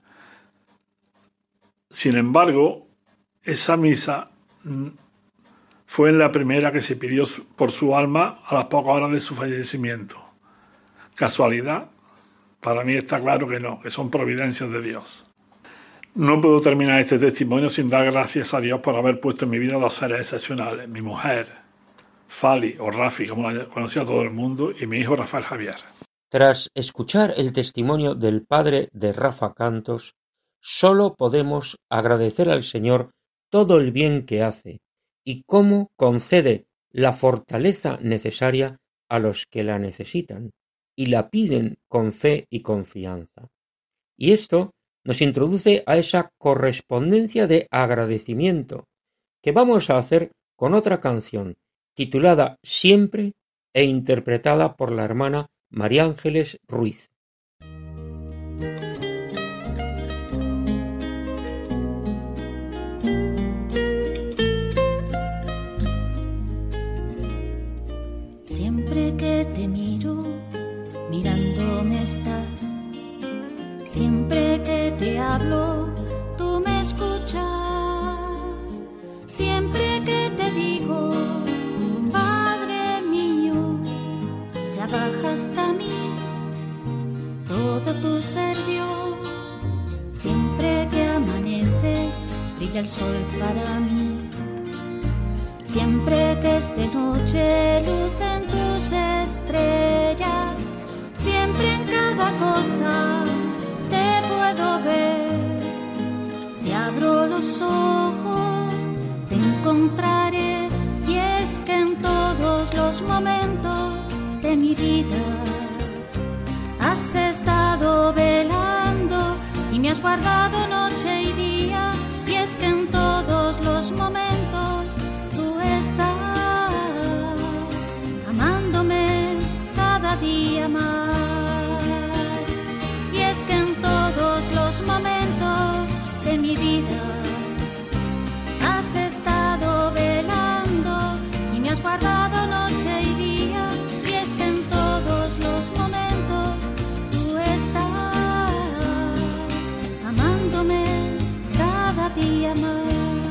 Sin embargo, esa misa fue en la primera que se pidió por su alma a las pocas horas de su fallecimiento. ¿Casualidad? Para mí está claro que no, que son providencias de Dios. No puedo terminar este testimonio sin dar gracias a Dios por haber puesto en mi vida dos seres excepcionales, mi mujer, Fali o Rafi, como la conocía todo el mundo, y mi hijo Rafael Javier. Tras escuchar el testimonio del padre de Rafa Cantos, solo podemos agradecer al Señor todo el bien que hace y cómo concede la fortaleza necesaria a los que la necesitan y la piden con fe y confianza. Y esto nos introduce a esa correspondencia de agradecimiento que vamos a hacer con otra canción titulada Siempre e interpretada por la hermana María Ángeles Ruiz. Siempre que te miro, mirándome estás. Siempre que te hablo, tú me escuchas. Siempre que te digo, Padre mío, se baja hasta mí todo tu ser, Dios. Siempre que amanece, brilla el sol para mí. Siempre que es de noche, lucen tus estrellas. Siempre en cada cosa te puedo ver. Si abro los ojos, te encontraré. Y es que en todos los momentos de mi vida has estado velando y me has guardado noche y día. Y es que en todos los momentos tú estás amándome cada día más. Y es que en todos los momentos de mi vida has estado velando y me has guardado noche y día. Y es que en todos los momentos tú estás amándome cada día más.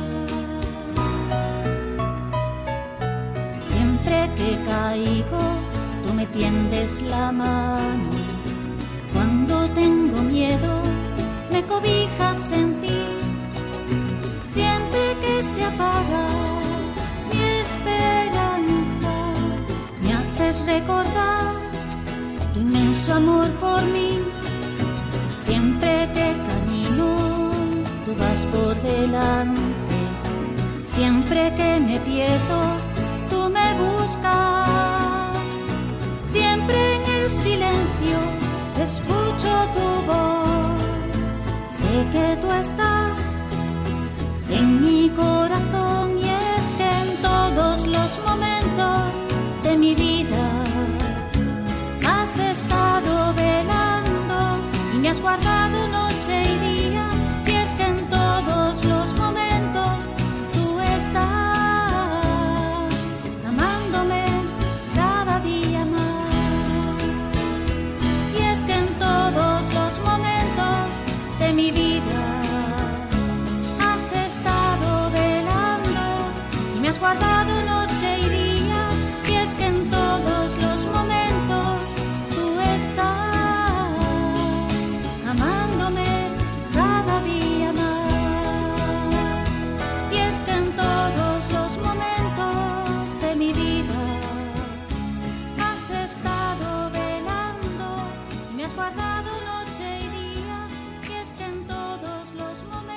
Siempre que caigo, tú me tiendes la mano. Cuando tengo miedo, me cobijas en ti. Siempre que se apaga mi esperanza, me haces recordar tu inmenso amor por mí. Siempre que camino, tú vas por delante. Siempre que me pierdo, tú me buscas. Siempre en el silencio escucho tu voz. Sé que tú estás en mi corazón. Y es que en todos los momentos de mi vida has estado velando y me has guardado noche y día. Y es que en todos los momentos tú estás amándome cada día más. Y es que en todos los momentos de mi vida has estado velando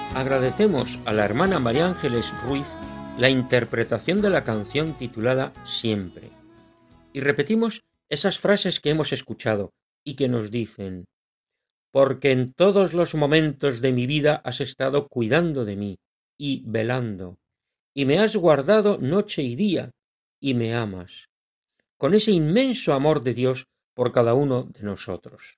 Agradecemos a la hermana María Ángeles Ruiz la interpretación de la canción titulada Siempre. Y repetimos esas frases que hemos escuchado y que nos dicen: porque en todos los momentos de mi vida has estado cuidando de mí y velando, y me has guardado noche y día, y me amas, con ese inmenso amor de Dios por cada uno de nosotros.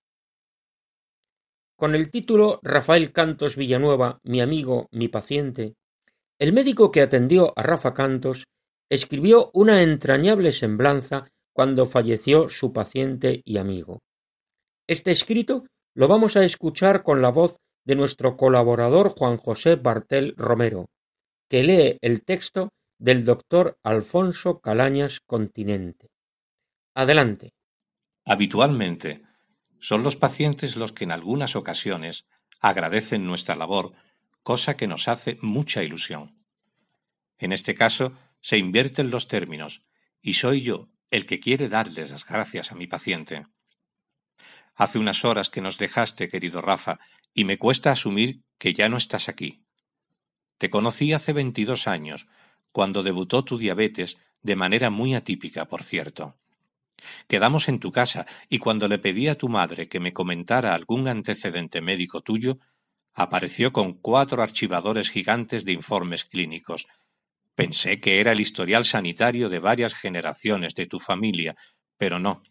Con el título Rafael Cantos Villanueva, mi amigo, mi paciente, el médico que atendió a Rafa Cantos escribió una entrañable semblanza cuando falleció su paciente y amigo. Este escrito lo vamos a escuchar con la voz de nuestro colaborador Juan José Bartel Romero, que lee el texto del doctor Alfonso Calañas Continente. Adelante. Habitualmente, son los pacientes los que en algunas ocasiones agradecen nuestra labor, cosa que nos hace mucha ilusión. En este caso, se invierten los términos, y soy yo el que quiere darles las gracias a mi paciente. Hace unas horas que nos dejaste, querido Rafa, y me cuesta asumir que ya no estás aquí. Te conocí hace veintidós años, cuando debutó tu diabetes, de manera muy atípica, por cierto. Quedamos en tu casa, y cuando le pedí a tu madre que me comentara algún antecedente médico tuyo, apareció con cuatro archivadores gigantes de informes clínicos. Pensé que era el historial sanitario de varias generaciones de tu familia, pero no.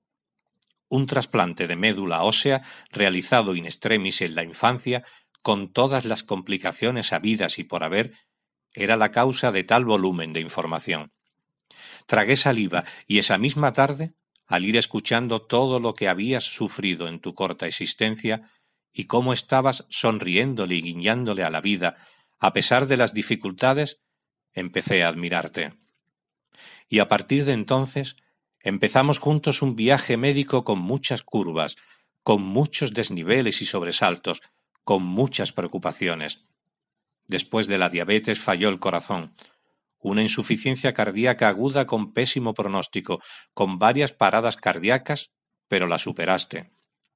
Un trasplante de médula ósea realizado in extremis en la infancia, con todas las complicaciones habidas y por haber, era la causa de tal volumen de información. Tragué saliva y esa misma tarde, al ir escuchando todo lo que habías sufrido en tu corta existencia y cómo estabas sonriéndole y guiñándole a la vida, a pesar de las dificultades, empecé a admirarte. Y a partir de entonces empezamos juntos un viaje médico con muchas curvas, con muchos desniveles y sobresaltos, con muchas preocupaciones. Después de la diabetes falló el corazón, una insuficiencia cardíaca aguda con pésimo pronóstico, con varias paradas cardíacas, pero la superaste.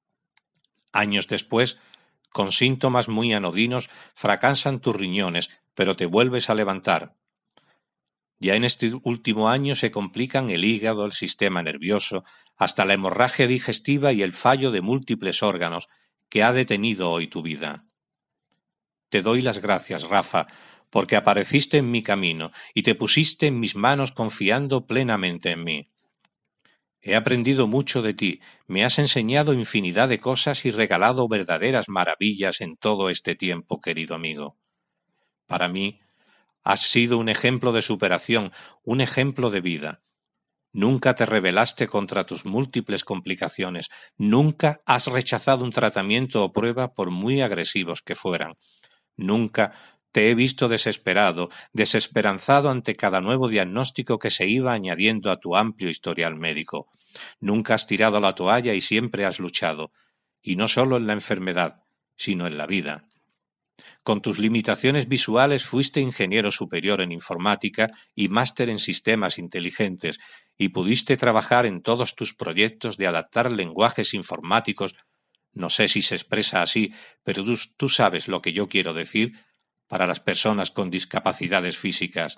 Años después, con síntomas muy anodinos, fracasan tus riñones, pero te vuelves a levantar. Ya en este último año se complican el hígado, el sistema nervioso, hasta la hemorragia digestiva y el fallo de múltiples órganos que ha detenido hoy tu vida. Te doy las gracias, Rafa, porque apareciste en mi camino y te pusiste en mis manos confiando plenamente en mí. He aprendido mucho de ti, me has enseñado infinidad de cosas y regalado verdaderas maravillas en todo este tiempo, querido amigo. Para mí, has sido un ejemplo de superación, un ejemplo de vida. Nunca te rebelaste contra tus múltiples complicaciones, nunca has rechazado un tratamiento o prueba por muy agresivos que fueran. Nunca te he visto desesperado, desesperanzado ante cada nuevo diagnóstico que se iba añadiendo a tu amplio historial médico. Nunca has tirado la toalla y siempre has luchado, y no solo en la enfermedad, sino en la vida. Con tus limitaciones visuales fuiste ingeniero superior en informática y máster en sistemas inteligentes, y pudiste trabajar en todos tus proyectos de adaptar lenguajes informáticos, no sé si se expresa así, pero tú, tú sabes lo que yo quiero decir, para las personas con discapacidades físicas.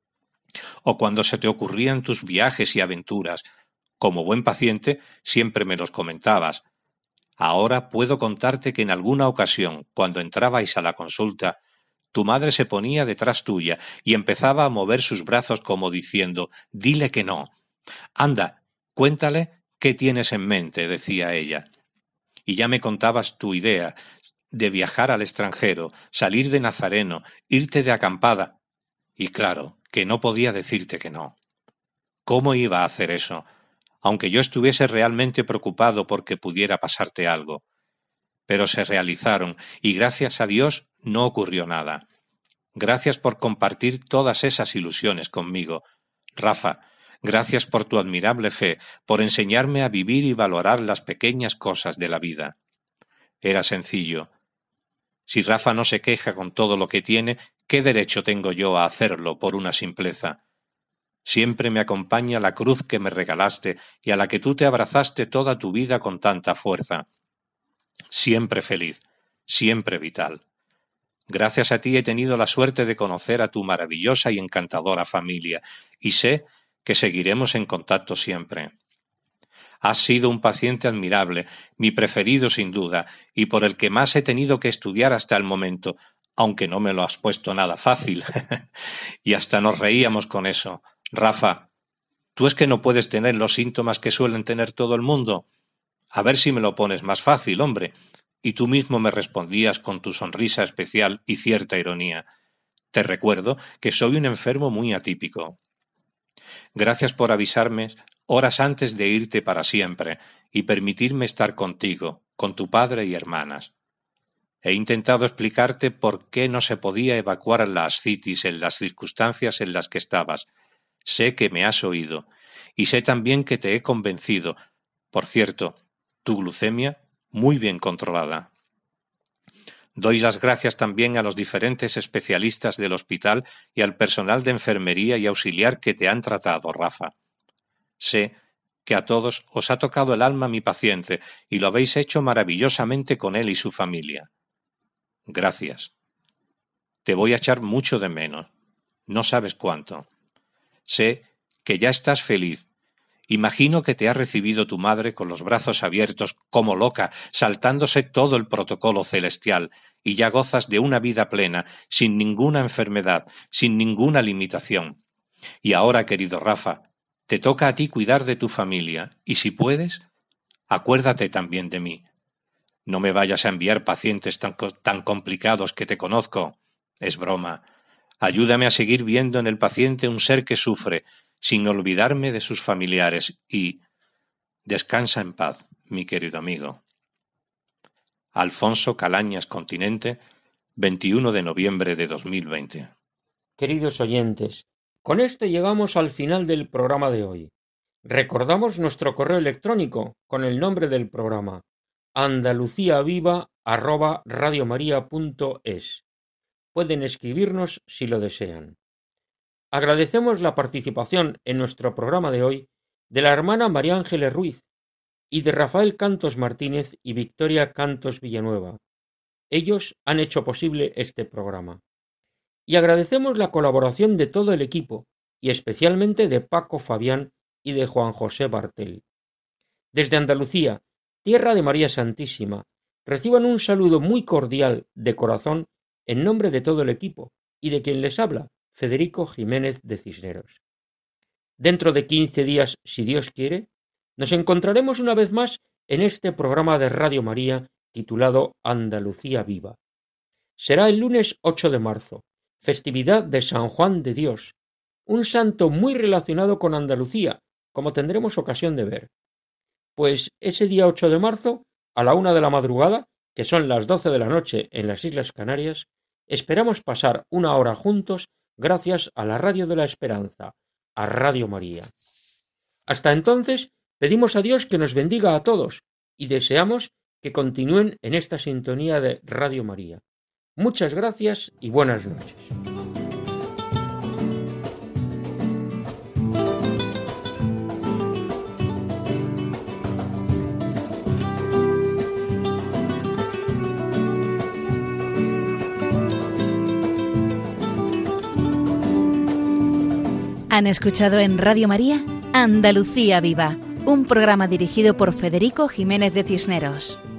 O cuando se te ocurrían tus viajes y aventuras, como buen paciente siempre me los comentabas. Ahora puedo contarte que en alguna ocasión, cuando entrabais a la consulta, tu madre se ponía detrás tuya y empezaba a mover sus brazos como diciendo, «Dile que no». «Anda, cuéntale qué tienes en mente», decía ella. Y ya me contabas tu idea de viajar al extranjero, salir de Nazareno, irte de acampada. Y claro, que no podía decirte que no. ¿Cómo iba a hacer eso? Aunque yo estuviese realmente preocupado porque pudiera pasarte algo. Pero se realizaron, y gracias a Dios no ocurrió nada. Gracias por compartir todas esas ilusiones conmigo. Rafa, gracias por tu admirable fe, por enseñarme a vivir y valorar las pequeñas cosas de la vida. Era sencillo. Si Rafa no se queja con todo lo que tiene, ¿qué derecho tengo yo a hacerlo por una simpleza? Siempre me acompaña la cruz que me regalaste y a la que tú te abrazaste toda tu vida con tanta fuerza. Siempre feliz, siempre vital. Gracias a ti he tenido la suerte de conocer a tu maravillosa y encantadora familia, y sé que seguiremos en contacto siempre. Has sido un paciente admirable, mi preferido sin duda, y por el que más he tenido que estudiar hasta el momento, aunque no me lo has puesto nada fácil. Y hasta nos reíamos con eso. Rafa, ¿tú es que no puedes tener los síntomas que suelen tener todo el mundo? A ver si me lo pones más fácil, hombre. Y tú mismo me respondías con tu sonrisa especial y cierta ironía. Te recuerdo que soy un enfermo muy atípico. Gracias por avisarme horas antes de irte para siempre y permitirme estar contigo, con tu padre y hermanas. He intentado explicarte por qué no se podía evacuar la ascitis en las circunstancias en las que estabas. Sé que me has oído, y sé también que te he convencido. Por cierto, tu glucemia muy bien controlada. Doy las gracias también a los diferentes especialistas del hospital y al personal de enfermería y auxiliar que te han tratado, Rafa. Sé que a todos os ha tocado el alma mi paciente y lo habéis hecho maravillosamente con él y su familia. Gracias. Te voy a echar mucho de menos. No sabes cuánto. Sé que ya estás feliz. Imagino que te ha recibido tu madre con los brazos abiertos como loca, saltándose todo el protocolo celestial, y ya gozas de una vida plena, sin ninguna enfermedad, sin ninguna limitación. Y ahora, querido Rafa, te toca a ti cuidar de tu familia, y si puedes, acuérdate también de mí. No me vayas a enviar pacientes tan, tan complicados que te conozco. Es broma. Ayúdame a seguir viendo en el paciente un ser que sufre, sin olvidarme de sus familiares, y descansa en paz, mi querido amigo. Alfonso Calañas Continente, veintiuno de noviembre de dos mil veinte. Queridos oyentes, con esto llegamos al final del programa de hoy. Recordamos nuestro correo electrónico con el nombre del programa, andaluciaviva arroba radiomaria punto es. Pueden escribirnos si lo desean. Agradecemos la participación en nuestro programa de hoy de la hermana María Ángeles Ruiz y de Rafael Cantos Martínez y Victoria Cantos Villanueva. Ellos han hecho posible este programa. Y agradecemos la colaboración de todo el equipo y especialmente de Paco Fabián y de Juan José Bartel. Desde Andalucía, tierra de María Santísima, reciban un saludo muy cordial de corazón en nombre de todo el equipo y de quien les habla, Federico Jiménez de Cisneros. Dentro de quince días, si Dios quiere, nos encontraremos una vez más en este programa de Radio María titulado Andalucía Viva. Será el lunes ocho de marzo, festividad de San Juan de Dios, un santo muy relacionado con Andalucía, como tendremos ocasión de ver. Pues ese día ocho de marzo, a la una de la madrugada, que son las doce de la noche en las Islas Canarias, esperamos pasar una hora juntos gracias a la Radio de la Esperanza, a Radio María. Hasta entonces, pedimos a Dios que nos bendiga a todos y deseamos que continúen en esta sintonía de Radio María. Muchas gracias y buenas noches. Han escuchado en Radio María Andalucía Viva, un programa dirigido por Federico Jiménez de Cisneros.